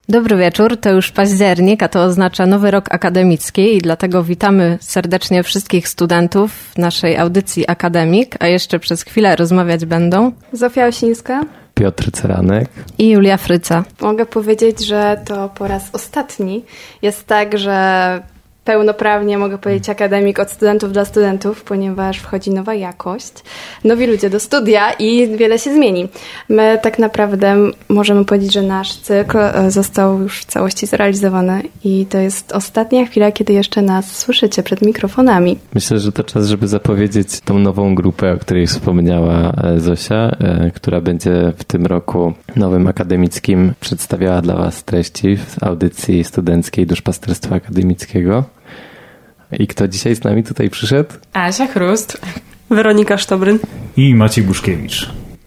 Dobry wieczór, to już październik, a to oznacza nowy rok akademicki i dlatego witamy serdecznie wszystkich studentów w naszej audycji Akademik, a jeszcze przez chwilę rozmawiać będą Zofia Osińska, Piotr Ceranek i Julia Fryca. Mogę powiedzieć, że to po raz ostatni jest tak, że pełnoprawnie mogę powiedzieć akademik od studentów dla studentów, ponieważ wchodzi nowa jakość, nowi ludzie do studia i wiele się zmieni. My tak naprawdę możemy powiedzieć, że nasz cykl został już w całości zrealizowany i to jest ostatnia chwila, kiedy jeszcze nas słyszycie przed mikrofonami. Myślę, że to czas, żeby zapowiedzieć tą nową grupę, o której wspomniała Zosia, która będzie w tym roku nowym akademickim przedstawiała dla Was treści w audycji studenckiej Duszpasterstwa Akademickiego. I kto dzisiaj z nami tutaj przyszedł? Asia Chrust, Weronika Sztobryn i Maciej Buszkiewicz.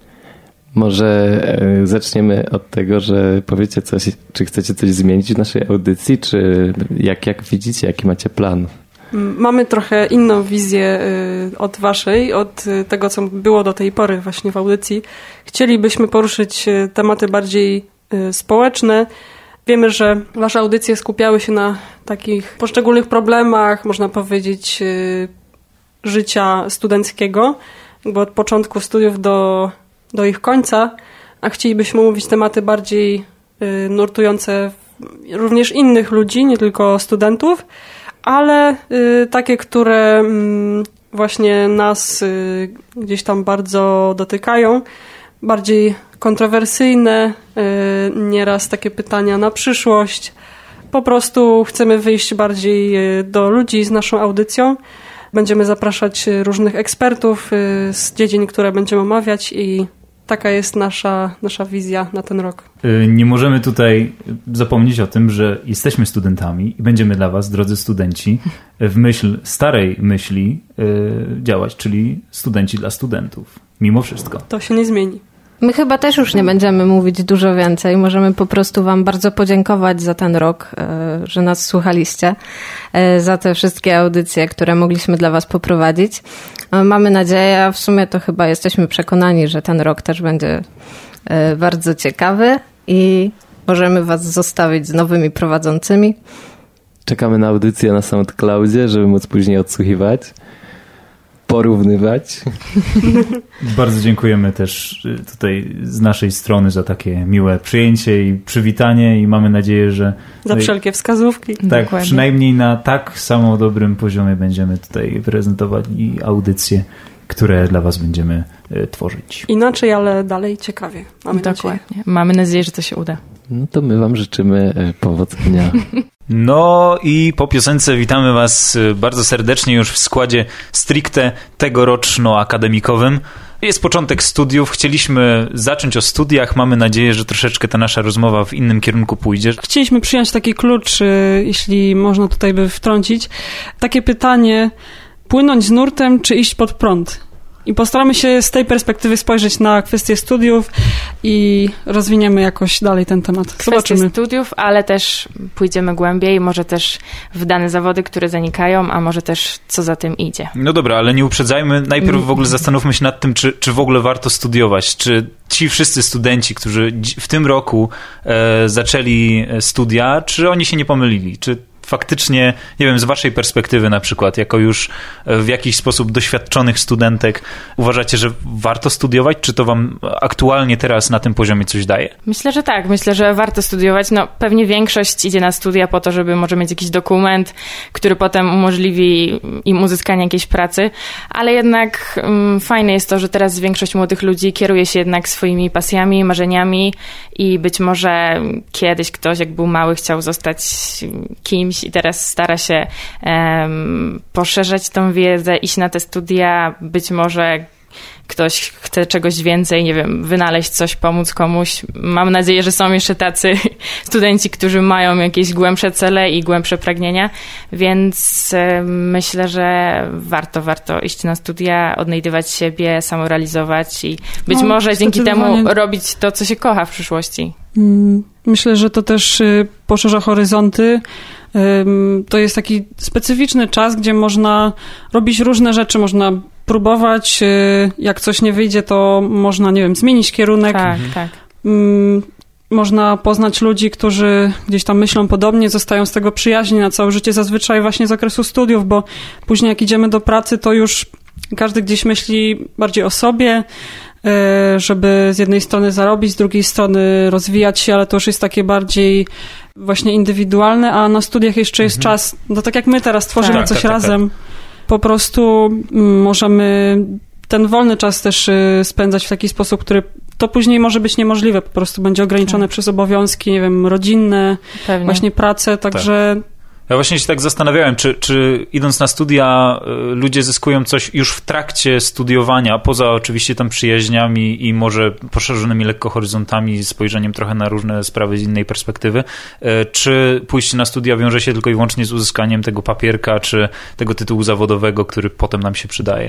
Może zaczniemy od tego, że powiecie coś, czy chcecie coś zmienić w naszej audycji, czy jak widzicie, jaki macie plan? Mamy trochę inną wizję od waszej, od tego, co było do tej pory właśnie w audycji. Chcielibyśmy poruszyć tematy bardziej społeczne. Wiemy, że wasze audycje skupiały się na takich poszczególnych problemach, można powiedzieć, życia studenckiego, jakby od początku studiów do ich końca, a chcielibyśmy omówić tematy bardziej nurtujące również innych ludzi, nie tylko studentów, ale takie, które właśnie nas gdzieś tam bardzo dotykają, bardziej kontrowersyjne, nieraz takie pytania na przyszłość. Po prostu chcemy wyjść bardziej do ludzi z naszą audycją. Będziemy zapraszać różnych ekspertów z dziedzin, które będziemy omawiać i taka jest nasza wizja na ten rok. Nie możemy tutaj zapomnieć o tym, że jesteśmy studentami i będziemy dla was, drodzy studenci, w myśl starej myśli działać, czyli studenci dla studentów. Mimo wszystko. To się nie zmieni. My chyba też już nie będziemy mówić dużo więcej. Możemy po prostu wam bardzo podziękować za ten rok, że nas słuchaliście, za te wszystkie audycje, które mogliśmy dla was poprowadzić. Mamy nadzieję, a w sumie to chyba jesteśmy przekonani, że ten rok też będzie bardzo ciekawy i możemy was zostawić z nowymi prowadzącymi. Czekamy na audycję na SoundCloudzie, żeby móc później odsłuchiwać, porównywać. Bardzo dziękujemy też tutaj z naszej strony za takie miłe przyjęcie i przywitanie i mamy nadzieję, że... Za wszelkie wskazówki. Tak, dokładnie. Przynajmniej na tak samo dobrym poziomie będziemy tutaj prezentowali audycje, które dla was będziemy tworzyć. Inaczej, ale dalej ciekawie. Dokładnie. Mamy nadzieję, że to się uda. No to my wam życzymy powodzenia. No i po piosence witamy was bardzo serdecznie już w składzie stricte tegoroczno-akademikowym. Jest początek studiów, chcieliśmy zacząć o studiach, mamy nadzieję, że troszeczkę ta nasza rozmowa w innym kierunku pójdzie. Chcieliśmy przyjąć taki klucz, jeśli można tutaj by wtrącić, takie pytanie, płynąć z nurtem czy iść pod prąd? I postaramy się z tej perspektywy spojrzeć na kwestie studiów i rozwiniemy jakoś dalej ten temat. Zobaczymy. Kwestie studiów, ale też pójdziemy głębiej, może też w dane zawody, które zanikają, a może też co za tym idzie. No dobra, ale nie uprzedzajmy. Najpierw w ogóle zastanówmy się nad tym, czy w ogóle warto studiować. Czy ci wszyscy studenci, którzy w tym roku zaczęli studia, czy oni się nie pomylili? Czy faktycznie, nie wiem, z waszej perspektywy na przykład, jako już w jakiś sposób doświadczonych studentek, uważacie, że warto studiować? Czy to wam aktualnie teraz na tym poziomie coś daje? Myślę, że tak. Myślę, że warto studiować. No, pewnie większość idzie na studia po to, żeby może mieć jakiś dokument, który potem umożliwi im uzyskanie jakiejś pracy, ale jednak fajne jest to, że teraz większość młodych ludzi kieruje się jednak swoimi pasjami, marzeniami i być może kiedyś ktoś, jak był mały, chciał zostać kimś i teraz stara się poszerzać tą wiedzę, iść na te studia, być może ktoś chce czegoś więcej, nie wiem, wynaleźć coś, pomóc komuś. Mam nadzieję, że są jeszcze tacy studenci, którzy mają jakieś głębsze cele i głębsze pragnienia, więc myślę, że warto iść na studia, odnajdywać siebie, samorealizować i być może dzięki temu robić to, co się kocha w przyszłości. Myślę, że to też poszerza horyzonty. To jest taki specyficzny czas, gdzie można robić różne rzeczy, można próbować, jak coś nie wyjdzie, to można, nie wiem, zmienić kierunek. Tak. można poznać ludzi, którzy gdzieś tam myślą podobnie, zostają z tego przyjaźni na całe życie, zazwyczaj właśnie z okresu studiów, bo później jak idziemy do pracy, to już każdy gdzieś myśli bardziej o sobie, żeby z jednej strony zarobić, z drugiej strony rozwijać się, ale to już jest takie bardziej właśnie indywidualne, a na studiach jeszcze jest czas, no tak jak my teraz tworzymy coś razem, po prostu możemy ten wolny czas też spędzać w taki sposób, który to później może być niemożliwe, po prostu będzie ograniczone przez obowiązki, nie wiem, rodzinne, właśnie pracę, także... Ja właśnie się tak zastanawiałem, czy idąc na studia ludzie zyskują coś już w trakcie studiowania, poza oczywiście tam przyjaźniami i może poszerzonymi lekko horyzontami, spojrzeniem trochę na różne sprawy z innej perspektywy, czy pójście na studia wiąże się tylko i wyłącznie z uzyskaniem tego papierka, czy tego tytułu zawodowego, który potem nam się przydaje?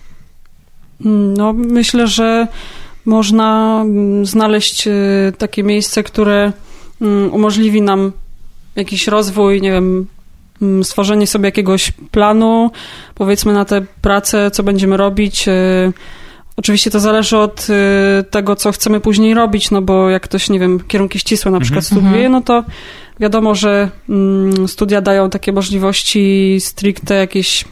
No, myślę, że można znaleźć takie miejsce, które umożliwi nam jakiś rozwój, nie wiem, stworzenie sobie jakiegoś planu, powiedzmy na tę pracę, co będziemy robić. Oczywiście to zależy od tego, co chcemy później robić, no bo jak ktoś, nie wiem, kierunki ścisłe na przykład studiuje, no to wiadomo, że studia dają takie możliwości stricte jakieś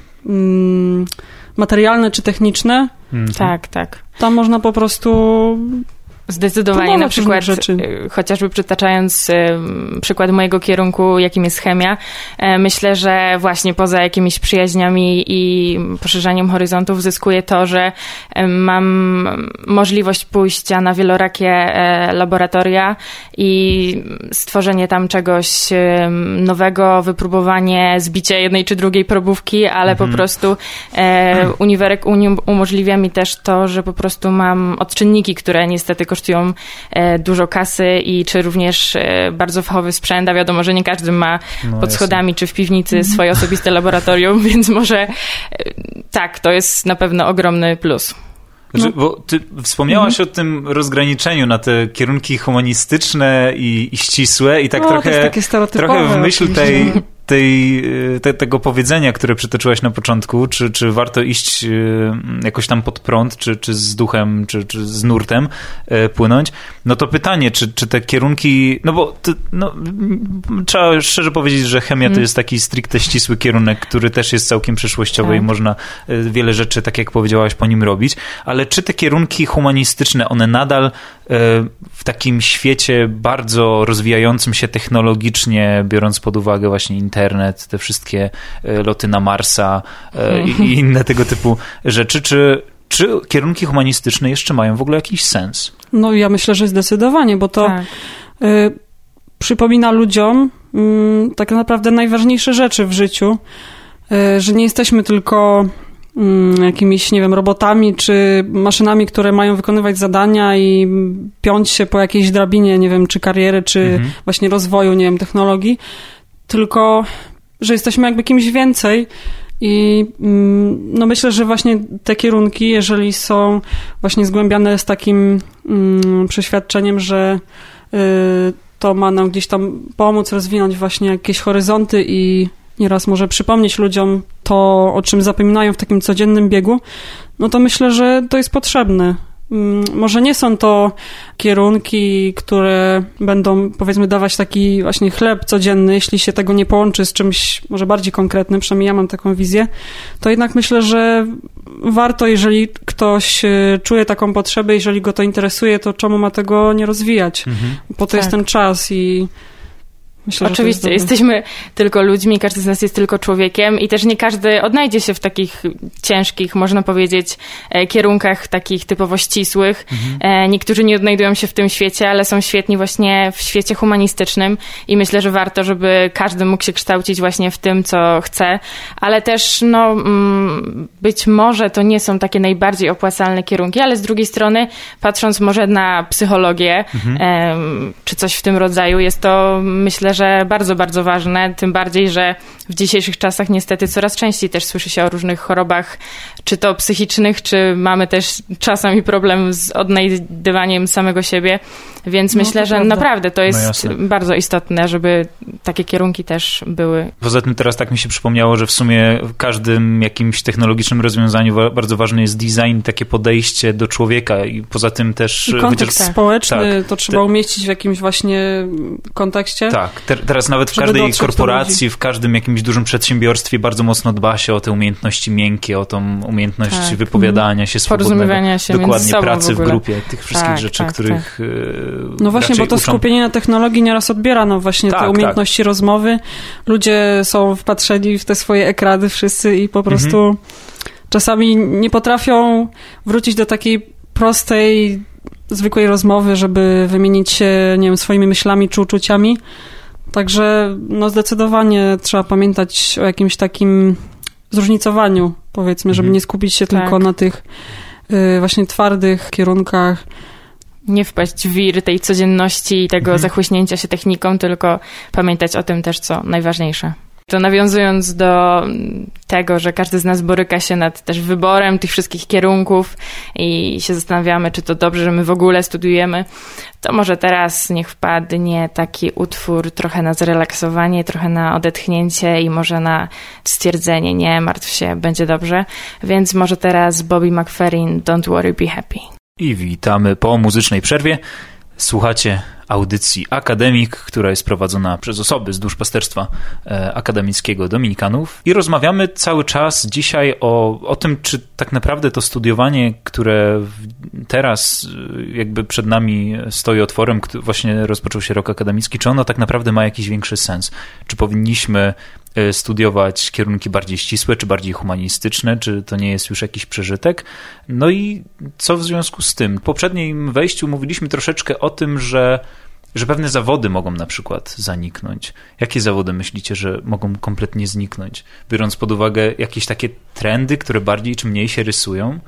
materialne czy techniczne. Tak. Tam można po prostu... Zdecydowanie, na przykład chociażby przytaczając przykład mojego kierunku, jakim jest chemia, myślę, że właśnie poza jakimiś przyjaźniami i poszerzaniem horyzontów zyskuję to, że mam możliwość pójścia na wielorakie laboratoria i stworzenie tam czegoś nowego, wypróbowanie, zbicie jednej czy drugiej probówki, ale po prostu uniwerek umożliwia mi też to, że po prostu mam odczynniki, które niestety kosztują dużo kasy i czy również bardzo fachowy sprzęt, a wiadomo, że nie każdy ma pod schodami czy w piwnicy swoje osobiste laboratorium, więc może tak, to jest na pewno ogromny plus. Znaczy, bo ty wspomniałaś o tym rozgraniczeniu na te kierunki humanistyczne i ścisłe i tak trochę w myśl tego powiedzenia, które przytoczyłaś na początku, czy warto iść jakoś tam pod prąd, czy z duchem, czy z nurtem płynąć, no to pytanie, czy te kierunki, no bo trzeba szczerze powiedzieć, że chemia to jest taki stricte ścisły kierunek, który też jest całkiem przyszłościowy i można wiele rzeczy, tak jak powiedziałaś, po nim robić, ale czy te kierunki humanistyczne, one nadal w takim świecie bardzo rozwijającym się technologicznie, biorąc pod uwagę właśnie internet, te wszystkie loty na Marsa i inne tego typu rzeczy, czy kierunki humanistyczne jeszcze mają w ogóle jakiś sens? No ja myślę, że zdecydowanie, bo to przypomina ludziom tak naprawdę najważniejsze rzeczy w życiu, że nie jesteśmy tylko jakimiś, nie wiem, robotami czy maszynami, które mają wykonywać zadania i piąć się po jakiejś drabinie, nie wiem, czy kariery, czy właśnie rozwoju, nie wiem, technologii, tylko, że jesteśmy jakby kimś więcej i no myślę, że właśnie te kierunki, jeżeli są właśnie zgłębiane z takim przeświadczeniem, że to ma nam gdzieś tam pomóc rozwinąć właśnie jakieś horyzonty i nieraz może przypomnieć ludziom to, o czym zapominają w takim codziennym biegu, no to myślę, że to jest potrzebne. Może nie są to kierunki, które będą, powiedzmy, dawać taki właśnie chleb codzienny, jeśli się tego nie połączy z czymś może bardziej konkretnym, przynajmniej ja mam taką wizję, to jednak myślę, że warto, jeżeli ktoś czuje taką potrzebę, jeżeli go to interesuje, to czemu ma tego nie rozwijać? Po to jest ten czas i myślę, oczywiście, jesteśmy tylko ludźmi, każdy z nas jest tylko człowiekiem i też nie każdy odnajdzie się w takich ciężkich, można powiedzieć, kierunkach takich typowo ścisłych. Niektórzy nie odnajdują się w tym świecie, ale są świetni właśnie w świecie humanistycznym i myślę, że warto, żeby każdy mógł się kształcić właśnie w tym, co chce, ale też być może to nie są takie najbardziej opłacalne kierunki, ale z drugiej strony, patrząc może na psychologię, czy coś w tym rodzaju, jest to, myślę, że bardzo, bardzo ważne, tym bardziej, że w dzisiejszych czasach niestety coraz częściej też słyszy się o różnych chorobach, czy to psychicznych, czy mamy też czasami problem z odnajdywaniem samego siebie, więc myślę, że naprawdę to jest bardzo istotne, żeby takie kierunki też były. Poza tym teraz tak mi się przypomniało, że w sumie w każdym jakimś technologicznym rozwiązaniu bardzo ważny jest design, takie podejście do człowieka i poza tym też... I kontekst społeczny, to trzeba umieścić w jakimś właśnie kontekście. Tak, teraz nawet w każdej korporacji, w każdym jakimś dużym przedsiębiorstwie bardzo mocno dba się o te umiejętności miękkie, o tą umiejętność wypowiadania się swobodnego. Porozumiewania się dokładnie, pracy w grupie, tych wszystkich rzeczy, których... No właśnie, bo to skupienie na technologii nieraz odbiera właśnie te umiejętności rozmowy. Ludzie są wpatrzeni w te swoje ekrany wszyscy i po prostu czasami nie potrafią wrócić do takiej prostej, zwykłej rozmowy, żeby wymienić się, nie wiem, swoimi myślami czy uczuciami. Także no zdecydowanie trzeba pamiętać o jakimś takim zróżnicowaniu, powiedzmy, żeby nie skupić się tylko na tych właśnie twardych kierunkach. Nie wpaść w wir tej codzienności i tego zachłyśnięcia się techniką, tylko pamiętać o tym też, co najważniejsze. To nawiązując do tego, że każdy z nas boryka się nad też wyborem tych wszystkich kierunków i się zastanawiamy, czy to dobrze, że my w ogóle studiujemy, to może teraz niech wpadnie taki utwór trochę na zrelaksowanie, trochę na odetchnięcie i może na stwierdzenie, nie martw się, będzie dobrze. Więc może teraz Bobby McFerrin, Don't Worry, Be Happy. I witamy po muzycznej przerwie. Słuchacie audycji Akademik, która jest prowadzona przez osoby z duszpasterstwa akademickiego Dominikanów i rozmawiamy cały czas dzisiaj o tym, czy tak naprawdę to studiowanie, które teraz jakby przed nami stoi otworem, właśnie rozpoczął się rok akademicki, czy ono tak naprawdę ma jakiś większy sens? Czy powinniśmy studiować kierunki bardziej ścisłe, czy bardziej humanistyczne, czy to nie jest już jakiś przeżytek? No i co w związku z tym? W poprzednim wejściu mówiliśmy troszeczkę o tym, że pewne zawody mogą na przykład zaniknąć. Jakie zawody myślicie, że mogą kompletnie zniknąć? Biorąc pod uwagę jakieś takie trendy, które bardziej czy mniej się rysują?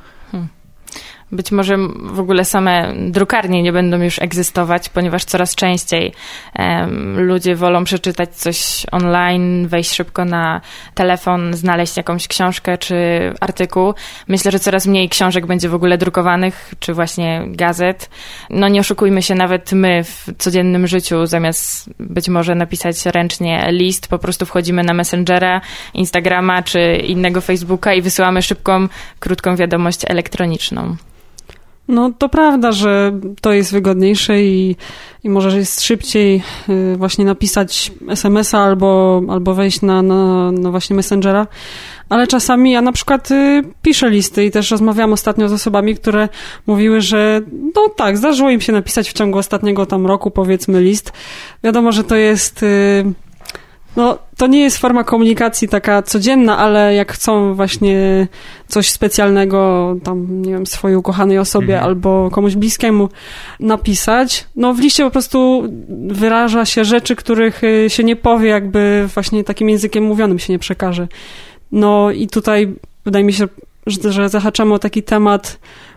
Być może w ogóle same drukarnie nie będą już egzystować, ponieważ coraz częściej ludzie wolą przeczytać coś online, wejść szybko na telefon, znaleźć jakąś książkę czy artykuł. Myślę, że coraz mniej książek będzie w ogóle drukowanych, czy właśnie gazet. No nie oszukujmy się, nawet my w codziennym życiu zamiast być może napisać ręcznie list, po prostu wchodzimy na Messengera, Instagrama czy innego Facebooka i wysyłamy szybką, krótką wiadomość elektroniczną. No to prawda, że to jest wygodniejsze i może jest szybciej właśnie napisać SMS-a albo wejść na właśnie Messengera, ale czasami ja na przykład piszę listy i też rozmawiałam ostatnio z osobami, które mówiły, że no tak, zdarzyło im się napisać w ciągu ostatniego tam roku, powiedzmy, list. Wiadomo, że to jest... No, to nie jest forma komunikacji taka codzienna, ale jak chcą właśnie coś specjalnego tam, nie wiem, swojej ukochanej osobie albo komuś bliskiemu napisać, no w liście po prostu wyraża się rzeczy, których się nie powie, jakby właśnie takim językiem mówionym się nie przekaże. No i tutaj wydaje mi się, że zahaczamy o taki temat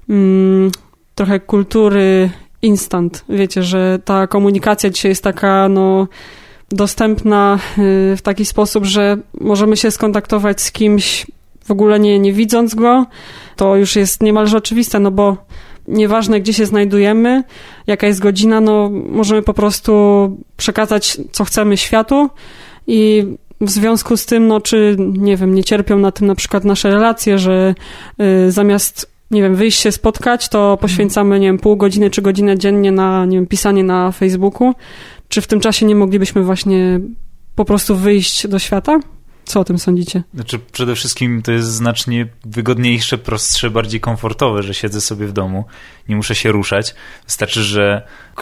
trochę kultury instant. Wiecie, że ta komunikacja dzisiaj jest taka, no... dostępna w taki sposób, że możemy się skontaktować z kimś w ogóle nie widząc go. To już jest niemalże oczywiste, no bo nieważne gdzie się znajdujemy, jaka jest godzina, no możemy po prostu przekazać co chcemy światu i w związku z tym, no czy nie wiem, nie cierpią na tym na przykład nasze relacje, że zamiast nie wiem, wyjść się spotkać, to poświęcamy, nie wiem, pół godziny czy godzinę dziennie na, nie wiem, pisanie na Facebooku. Czy w tym czasie nie moglibyśmy właśnie po prostu wyjść do świata? Co o tym sądzicie? Znaczy, przede wszystkim to jest znacznie wygodniejsze, prostsze, bardziej komfortowe, że siedzę sobie w domu, nie muszę się ruszać. Wystarczy, że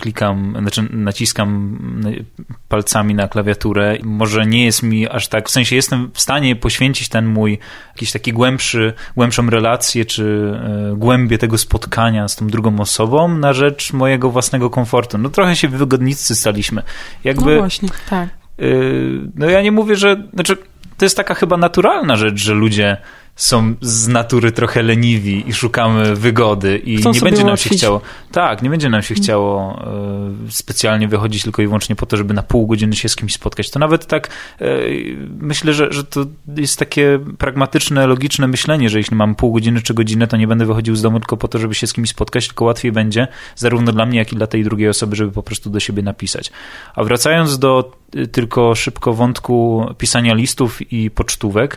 naciskam palcami na klawiaturę. Może nie jest mi aż tak, w sensie jestem w stanie poświęcić ten mój jakiś taki głębszą relację, czy głębię tego spotkania z tą drugą osobą na rzecz mojego własnego komfortu. No trochę się wygodnicy staliśmy. Jakby, no właśnie, tak. No ja nie mówię, że... Znaczy, to jest taka chyba naturalna rzecz, że ludzie są z natury trochę leniwi i szukamy wygody i nie będzie nam się chciało... Tak, nie będzie nam się chciało specjalnie wychodzić tylko i wyłącznie po to, żeby na pół godziny się z kimś spotkać. To nawet tak myślę, że to jest takie pragmatyczne, logiczne myślenie, że jeśli mam pół godziny czy godzinę, to nie będę wychodził z domu tylko po to, żeby się z kimś spotkać, tylko łatwiej będzie zarówno dla mnie, jak i dla tej drugiej osoby, żeby po prostu do siebie napisać. A wracając do tylko szybko wątku pisania listów i pocztówek,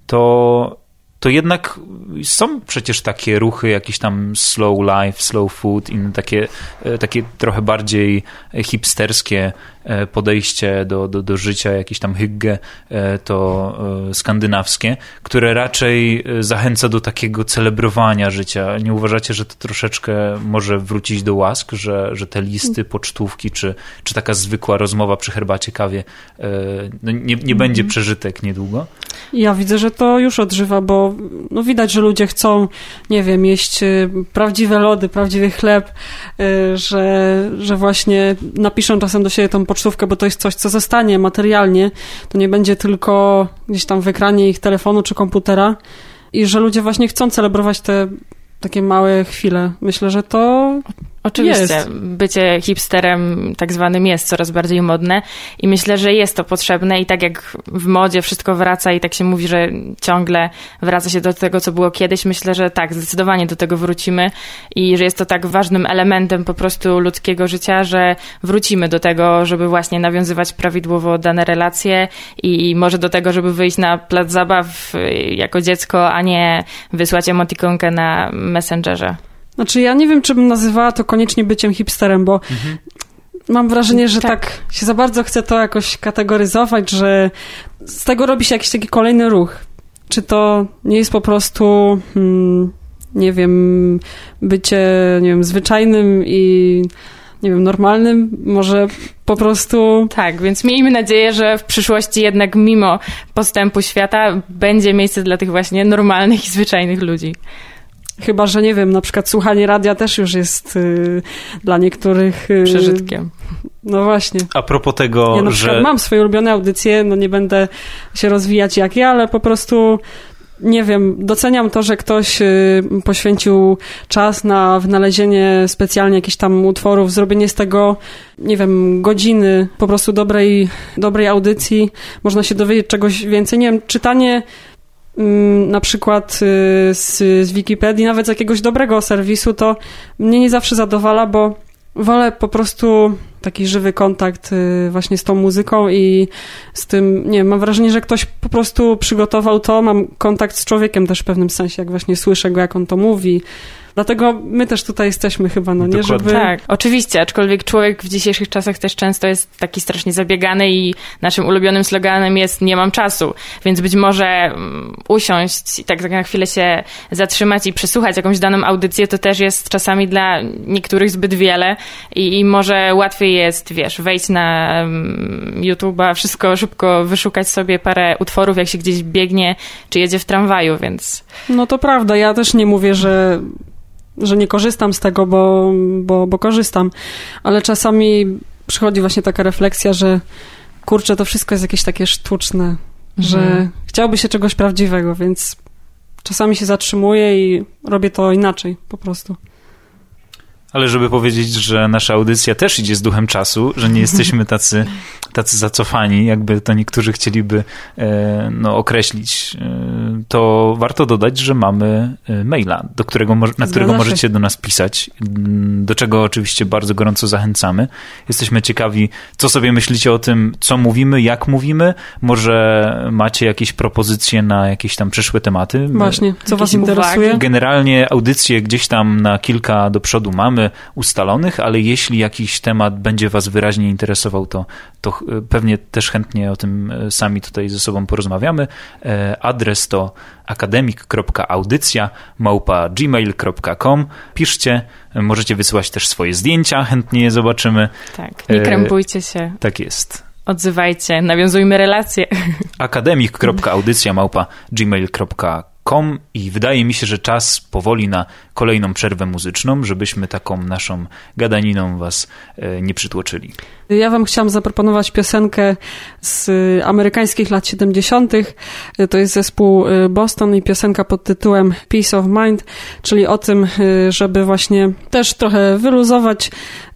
to jednak są przecież takie ruchy, jakieś tam slow life, slow food, inne takie trochę bardziej hipsterskie podejście do życia, jakieś tam hygge, to skandynawskie, które raczej zachęca do takiego celebrowania życia. Nie uważacie, że to troszeczkę może wrócić do łask, że te listy, pocztówki, czy taka zwykła rozmowa przy herbacie, kawie nie będzie przeżytek niedługo? Ja widzę, że to już odżywa, bo widać, że ludzie chcą, nie wiem, jeść prawdziwe lody, prawdziwy chleb, że właśnie napiszą czasem do siebie tą pocztówkę, bo to jest coś, co zostanie materialnie. To nie będzie tylko gdzieś tam w ekranie ich telefonu czy komputera i że ludzie właśnie chcą celebrować te takie małe chwile. Myślę, że to oczywiście. Bycie hipsterem tak zwanym jest coraz bardziej modne i myślę, że jest to potrzebne i tak jak w modzie wszystko wraca i tak się mówi, że ciągle wraca się do tego, co było kiedyś, myślę, że tak, zdecydowanie do tego wrócimy i że jest to tak ważnym elementem po prostu ludzkiego życia, że wrócimy do tego, żeby właśnie nawiązywać prawidłowo dane relacje i może do tego, żeby wyjść na plac zabaw jako dziecko, a nie wysłać emotikonkę na Messengerze. Znaczy ja nie wiem, czy bym nazywała to koniecznie byciem hipsterem, bo mam wrażenie, że tak się za bardzo chce to jakoś kategoryzować, że z tego robi się jakiś taki kolejny ruch. Czy to nie jest po prostu, nie wiem, bycie, nie wiem, zwyczajnym i nie wiem, normalnym? Może po prostu... Tak, więc miejmy nadzieję, że w przyszłości jednak mimo postępu świata będzie miejsce dla tych właśnie normalnych i zwyczajnych ludzi. Chyba, że nie wiem, na przykład słuchanie radia też już jest dla niektórych... przeżytkiem. No właśnie. A propos tego, ja na przykład mam swoje ulubione audycje, nie będę się rozwijać jak ja, ale po prostu... Nie wiem, doceniam to, że ktoś poświęcił czas na wynalezienie specjalnie jakichś tam utworów, zrobienie z tego, nie wiem, godziny po prostu dobrej audycji. Można się dowiedzieć czegoś więcej. Nie wiem, czytanie na przykład z Wikipedii, nawet z jakiegoś dobrego serwisu, to mnie nie zawsze zadowala, bo wolę po prostu taki żywy kontakt właśnie z tą muzyką i z tym, nie wiem, mam wrażenie, że ktoś po prostu przygotował to, mam kontakt z człowiekiem też w pewnym sensie, jak właśnie słyszę go, jak on to mówi. Dlatego my też tutaj jesteśmy chyba, nie? Żeby... Tak, oczywiście, aczkolwiek człowiek w dzisiejszych czasach też często jest taki strasznie zabiegany i naszym ulubionym sloganem jest nie mam czasu, więc być może usiąść i tak na chwilę się zatrzymać i przesłuchać jakąś daną audycję, to też jest czasami dla niektórych zbyt wiele i może łatwiej jest, wejść na YouTube'a, wszystko szybko wyszukać sobie parę utworów, jak się gdzieś biegnie, czy jedzie w tramwaju, więc... No to prawda, ja też nie mówię, że nie korzystam z tego, bo korzystam, ale czasami przychodzi właśnie taka refleksja, że kurczę, to wszystko jest jakieś takie sztuczne, że chciałoby się czegoś prawdziwego, więc czasami się zatrzymuję i robię to inaczej po prostu. Ale żeby powiedzieć, że nasza audycja też idzie z duchem czasu, że nie jesteśmy tacy zacofani, jakby to niektórzy chcieliby określić, to warto dodać, że mamy maila, na którego możecie do nas pisać, do czego oczywiście bardzo gorąco zachęcamy. Jesteśmy ciekawi, co sobie myślicie o tym, co mówimy, jak mówimy. Może macie jakieś propozycje na jakieś tam przyszłe tematy. Właśnie, co was interesuje? Generalnie audycje gdzieś tam na kilka do przodu mamy ustalonych, ale jeśli jakiś temat będzie was wyraźnie interesował, to pewnie też chętnie o tym sami tutaj ze sobą porozmawiamy. Adres to akademik.audycja@gmail.com. Piszcie, możecie wysyłać też swoje zdjęcia, chętnie je zobaczymy. Tak, nie krępujcie się. Tak jest. Odzywajcie, nawiązujmy relacje. akademik.audycja@gmail.com www.radiomaria.com i wydaje mi się, że czas powoli na kolejną przerwę muzyczną, żebyśmy taką naszą gadaniną was nie przytłoczyli. Ja wam chciałam zaproponować piosenkę z amerykańskich lat 70. To jest zespół Boston i piosenka pod tytułem Peace of Mind, czyli o tym, żeby właśnie też trochę wyluzować,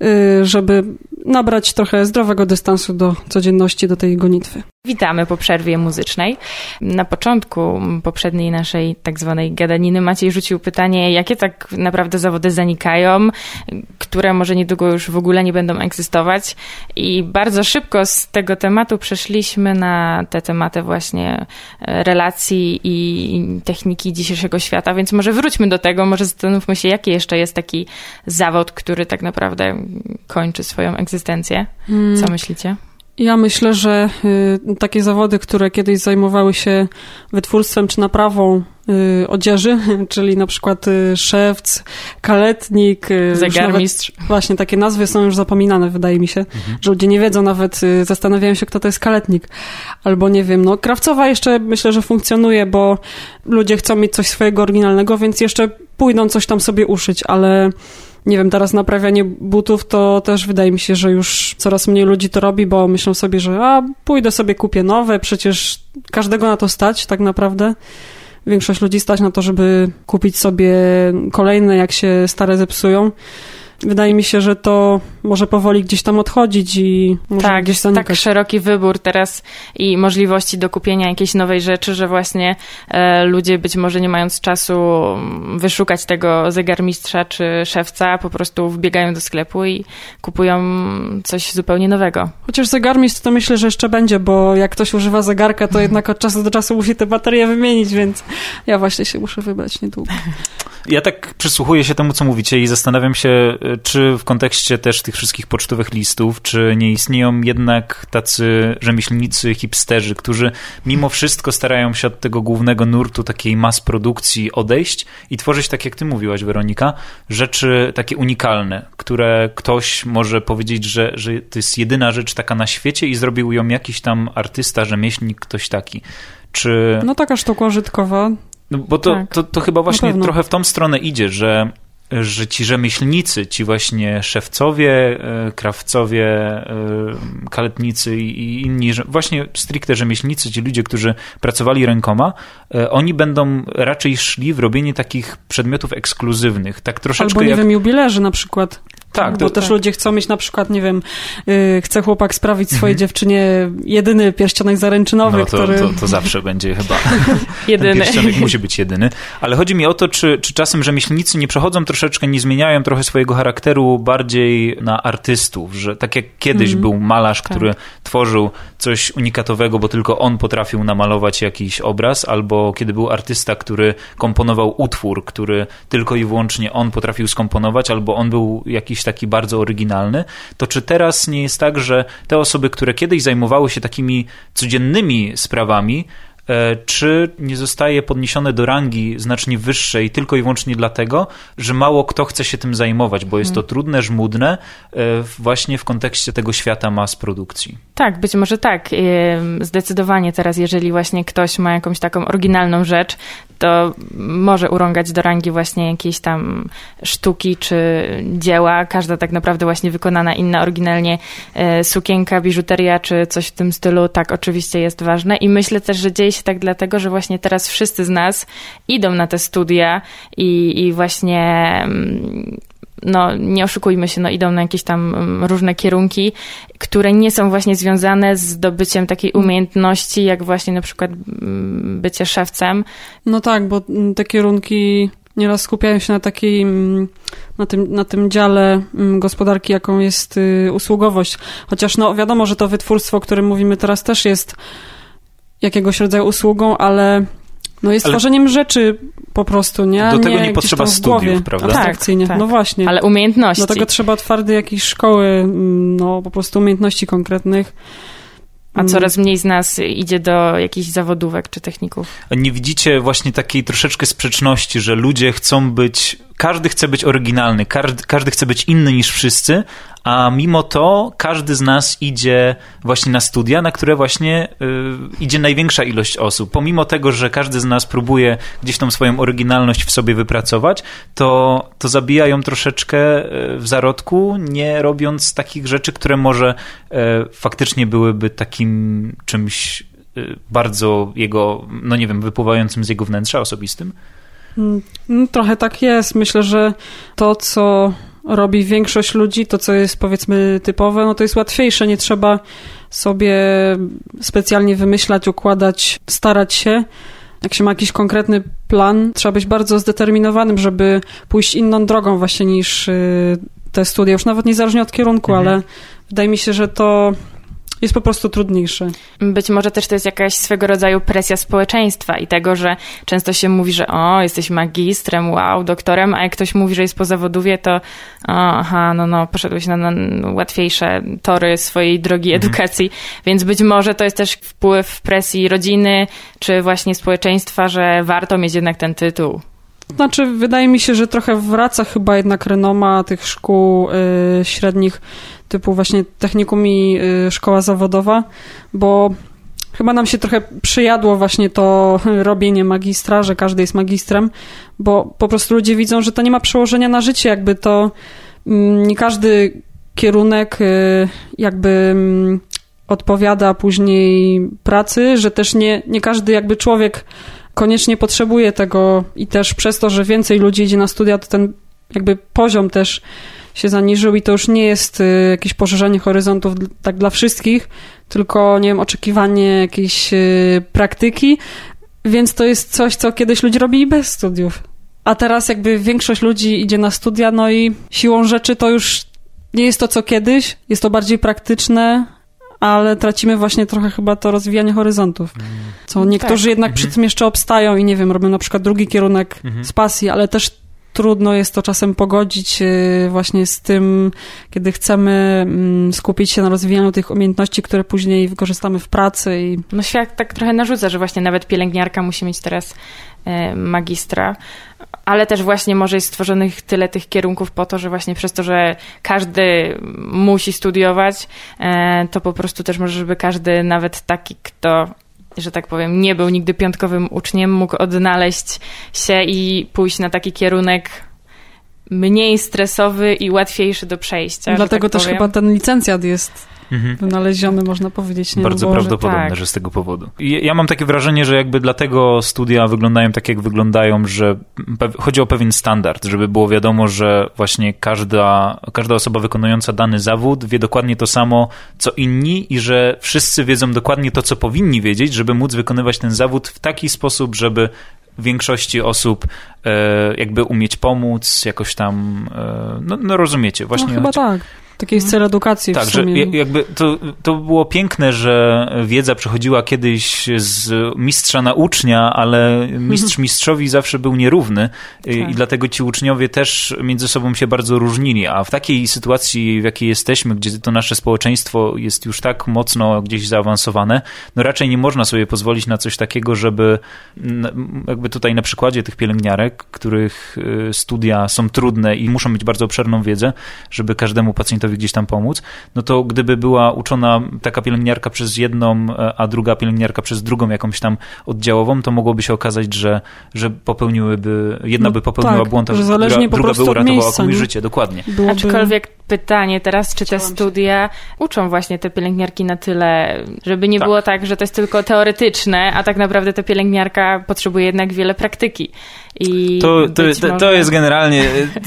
żeby nabrać trochę zdrowego dystansu do codzienności, do tej gonitwy. Witamy po przerwie muzycznej. Na początku poprzedniej naszej tak zwanej gadaniny Maciej rzucił pytanie, jakie tak naprawdę zawody zanikają, które może niedługo już w ogóle nie będą egzystować. I bardzo szybko z tego tematu przeszliśmy na te tematy właśnie relacji i techniki dzisiejszego świata, więc może wróćmy do tego, może zastanówmy się, jaki jeszcze jest taki zawód, który tak naprawdę kończy swoją egzystencję. Co myślicie? Ja myślę, że takie zawody, które kiedyś zajmowały się wytwórstwem czy naprawą odzieży, czyli na przykład szewc, kaletnik, zegarmistrz. Właśnie takie nazwy są już zapominane, wydaje mi się, że ludzie nie wiedzą, nawet zastanawiają się, kto to jest kaletnik. Albo nie wiem, no krawcowa jeszcze myślę, że funkcjonuje, bo ludzie chcą mieć coś swojego oryginalnego, więc jeszcze pójdą coś tam sobie uszyć, ale nie wiem, teraz naprawianie butów to też wydaje mi się, że już coraz mniej ludzi to robi, bo myślą sobie, że pójdę sobie kupię nowe, przecież każdego na to stać tak naprawdę. Większość ludzi stać na to, żeby kupić sobie kolejne, jak się stare zepsują. Wydaje mi się, że to może powoli gdzieś tam odchodzić i może gdzieś zanikać. Tak szeroki wybór teraz i możliwości do kupienia jakiejś nowej rzeczy, że właśnie ludzie być może nie mając czasu wyszukać tego zegarmistrza czy szewca, po prostu wbiegają do sklepu i kupują coś zupełnie nowego. Chociaż zegarmistrz to myślę, że jeszcze będzie, bo jak ktoś używa zegarka, to jednak od czasu do czasu musi te baterie wymienić, więc ja właśnie się muszę wybrać niedługo. Ja tak przysłuchuję się temu, co mówicie i zastanawiam się, czy w kontekście też tych wszystkich pocztowych listów, czy nie istnieją jednak tacy rzemieślnicy, hipsterzy, którzy mimo wszystko starają się od tego głównego nurtu takiej mass produkcji odejść i tworzyć, tak jak ty mówiłaś, Weronika, rzeczy takie unikalne, które ktoś może powiedzieć, że to jest jedyna rzecz taka na świecie i zrobił ją jakiś tam artysta, rzemieślnik, ktoś taki. Czy... No taka sztuka użytkowa. No bo to chyba właśnie trochę w tą stronę idzie, że ci rzemieślnicy, ci właśnie szewcowie, krawcowie, kaletnicy i inni, właśnie stricte rzemieślnicy, ci ludzie, którzy pracowali rękoma, oni będą raczej szli w robienie takich przedmiotów ekskluzywnych. Tak troszeczkę albo nie wiem, jubilerzy na przykład. Tak, bo też ludzie chcą mieć na przykład, nie wiem, chce chłopak sprawić swojej dziewczynie jedyny pierścionek zaręczynowy, no który... To zawsze będzie chyba jedyny. Ten pierścionek musi być jedyny. Ale chodzi mi o to, czy czasem rzemieślnicy nie przechodzą troszeczkę, nie zmieniają trochę swojego charakteru bardziej na artystów, że tak jak kiedyś był malarz, który tworzył coś unikatowego, bo tylko on potrafił namalować jakiś obraz, albo kiedy był artysta, który komponował utwór, który tylko i wyłącznie on potrafił skomponować, albo on był jakiś taki bardzo oryginalny, to czy teraz nie jest tak, że te osoby, które kiedyś zajmowały się takimi codziennymi sprawami, czy nie zostaje podniesione do rangi znacznie wyższej tylko i wyłącznie dlatego, że mało kto chce się tym zajmować, bo jest to trudne, żmudne właśnie w kontekście tego świata mass produkcji. Tak, być może tak. Zdecydowanie teraz, jeżeli właśnie ktoś ma jakąś taką oryginalną rzecz, to może urągać do rangi właśnie jakiejś tam sztuki czy dzieła. Każda tak naprawdę właśnie wykonana inna oryginalnie sukienka, biżuteria czy coś w tym stylu, tak oczywiście jest ważne i myślę też, że dzieje się tak dlatego, że właśnie teraz wszyscy z nas idą na te studia i właśnie no nie oszukujmy się, no idą na jakieś tam różne kierunki, które nie są właśnie związane z zdobyciem takiej umiejętności, jak właśnie na przykład bycie szewcem. No tak, bo te kierunki nieraz skupiają się na takiej, na tym dziale gospodarki, jaką jest usługowość. Chociaż no wiadomo, że to wytwórstwo, o którym mówimy teraz, też jest jakiegoś rodzaju usługą, ale no jest tworzeniem rzeczy po prostu, nie? Do tego nie potrzeba studiów, prawda? Abstrakcyjnie. Tak. No właśnie. Ale umiejętności. Do tego trzeba twardej jakiejś szkoły, no po prostu umiejętności konkretnych. A coraz mniej z nas idzie do jakichś zawodówek czy techników. Nie widzicie właśnie takiej troszeczkę sprzeczności, że ludzie chcą być każdy chce być oryginalny, każdy chce być inny niż wszyscy, a mimo to każdy z nas idzie właśnie na studia, na które właśnie idzie największa ilość osób. Pomimo tego, że każdy z nas próbuje gdzieś tą swoją oryginalność w sobie wypracować, to zabija ją troszeczkę w zarodku, nie robiąc takich rzeczy, które może faktycznie byłyby takim czymś bardzo jego, no nie wiem, wypływającym z jego wnętrza osobistym. Trochę tak jest. Myślę, że to, co robi większość ludzi, to, co jest powiedzmy typowe, no to jest łatwiejsze. Nie trzeba sobie specjalnie wymyślać, układać, starać się. Jak się ma jakiś konkretny plan, trzeba być bardzo zdeterminowanym, żeby pójść inną drogą właśnie niż te studia. Już nawet niezależnie od kierunku, ale wydaje mi się, że to jest po prostu trudniejsze. Być może też to jest jakaś swego rodzaju presja społeczeństwa i tego, że często się mówi, że jesteś magistrem, wow, doktorem, a jak ktoś mówi, że jest po zawodowie, to poszedłeś na łatwiejsze tory swojej drogi edukacji, więc być może to jest też wpływ presji rodziny, czy właśnie społeczeństwa, że warto mieć jednak ten tytuł. Znaczy, wydaje mi się, że trochę wraca chyba jednak renoma tych szkół średnich, typu właśnie technikum i szkoła zawodowa, bo chyba nam się trochę przyjadło właśnie to robienie magistra, że każdy jest magistrem, bo po prostu ludzie widzą, że to nie ma przełożenia na życie, jakby to nie każdy kierunek jakby odpowiada później pracy, że też nie każdy jakby człowiek koniecznie potrzebuje tego i też przez to, że więcej ludzi idzie na studia, to ten jakby poziom też się zaniżył i to już nie jest jakieś poszerzenie horyzontów tak dla wszystkich, tylko, nie wiem, oczekiwanie jakiejś praktyki, więc to jest coś, co kiedyś ludzie robili bez studiów. A teraz jakby większość ludzi idzie na studia, no i siłą rzeczy to już nie jest to, co kiedyś, jest to bardziej praktyczne, ale tracimy właśnie trochę chyba to rozwijanie horyzontów. Co niektórzy jednak przy tym jeszcze obstają i nie wiem, robią na przykład drugi kierunek z pasji, ale też trudno jest to czasem pogodzić właśnie z tym, kiedy chcemy skupić się na rozwijaniu tych umiejętności, które później wykorzystamy w pracy. No świat tak trochę narzuca, że właśnie nawet pielęgniarka musi mieć teraz magistra, ale też właśnie może jest stworzonych tyle tych kierunków po to, że właśnie przez to, że każdy musi studiować, to po prostu też może, żeby każdy, nawet taki, kto, że tak powiem, nie był nigdy piątkowym uczniem, mógł odnaleźć się i pójść na taki kierunek mniej stresowy i łatwiejszy do przejścia. Dlatego tak też chyba ten licencjat jest wynaleziony, można powiedzieć. Nie? Bardzo prawdopodobne, że z tego powodu. Ja mam takie wrażenie, że jakby dlatego studia wyglądają tak, jak wyglądają, że chodzi o pewien standard, żeby było wiadomo, że właśnie każda osoba wykonująca dany zawód wie dokładnie to samo, co inni i że wszyscy wiedzą dokładnie to, co powinni wiedzieć, żeby móc wykonywać ten zawód w taki sposób, żeby większości osób jakby umieć pomóc, jakoś tam, no rozumiecie. Właśnie chyba tak. Taki jest cel edukacji w sumie. Że jakby to było piękne, że wiedza przechodziła kiedyś z mistrza na ucznia, ale mistrz mistrzowi zawsze był nierówny i dlatego ci uczniowie też między sobą się bardzo różnili, a w takiej sytuacji, w jakiej jesteśmy, gdzie to nasze społeczeństwo jest już tak mocno gdzieś zaawansowane, no raczej nie można sobie pozwolić na coś takiego, żeby jakby tutaj na przykładzie tych pielęgniarek, których studia są trudne i muszą mieć bardzo obszerną wiedzę, żeby każdemu pacjentowi gdzieś tam pomóc, no to gdyby była uczona taka pielęgniarka przez jedną, a druga pielęgniarka przez drugą jakąś tam oddziałową, to mogłoby się okazać, że popełniłyby, jedna by popełniła błąd, a druga by uratowała komuś życie. Dokładnie. Aczkolwiek pytanie teraz, czy te studia uczą właśnie te pielęgniarki na tyle, żeby nie było tak, że to jest tylko teoretyczne, a tak naprawdę ta pielęgniarka potrzebuje jednak wiele praktyki. I to jest generalnie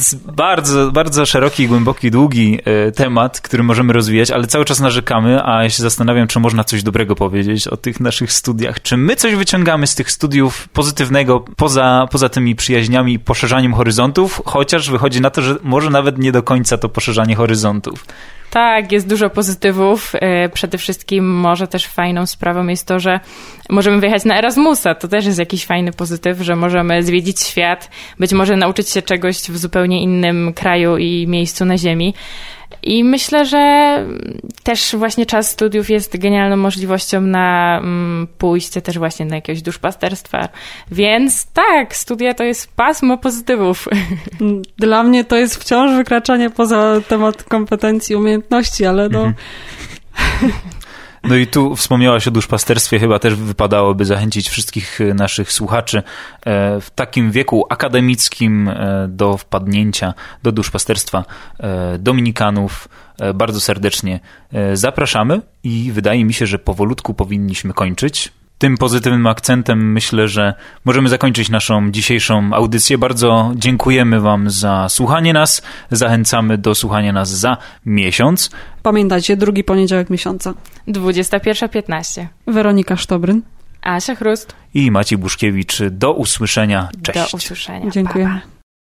bardzo, bardzo szeroki, głęboki, długi temat, który możemy rozwijać, ale cały czas narzekamy, a ja się zastanawiam, czy można coś dobrego powiedzieć o tych naszych studiach. Czy my coś wyciągamy z tych studiów pozytywnego poza tymi przyjaźniami i poszerzaniem horyzontów, chociaż wychodzi na to, że może nawet nie do końca to poszerzanie horyzontów. Tak, jest dużo pozytywów. Przede wszystkim może też fajną sprawą jest to, że możemy wyjechać na Erasmusa. To też jest jakiś fajny pozytyw, że możemy zwiedzić świat, być może nauczyć się czegoś w zupełnie innym kraju i miejscu na ziemi. I myślę, że też właśnie czas studiów jest genialną możliwością na pójście też właśnie na jakiegoś duszpasterstwa. Więc tak, studia to jest pasmo pozytywów. Dla mnie to jest wciąż wykraczanie poza temat kompetencji, umiejętności, ale no... No i tu wspomniałaś o duszpasterstwie, chyba też wypadałoby zachęcić wszystkich naszych słuchaczy w takim wieku akademickim do wpadnięcia do duszpasterstwa dominikanów. Bardzo serdecznie zapraszamy i wydaje mi się, że powolutku powinniśmy kończyć. Tym pozytywnym akcentem myślę, że możemy zakończyć naszą dzisiejszą audycję. Bardzo dziękujemy Wam za słuchanie nas. Zachęcamy do słuchania nas za miesiąc. Pamiętajcie, 2. poniedziałek miesiąca. 21:15. Weronika Sztobryn. Asia Chrust. I Maciej Buszkiewicz. Do usłyszenia. Cześć. Do usłyszenia. Dziękujemy. Pa, pa.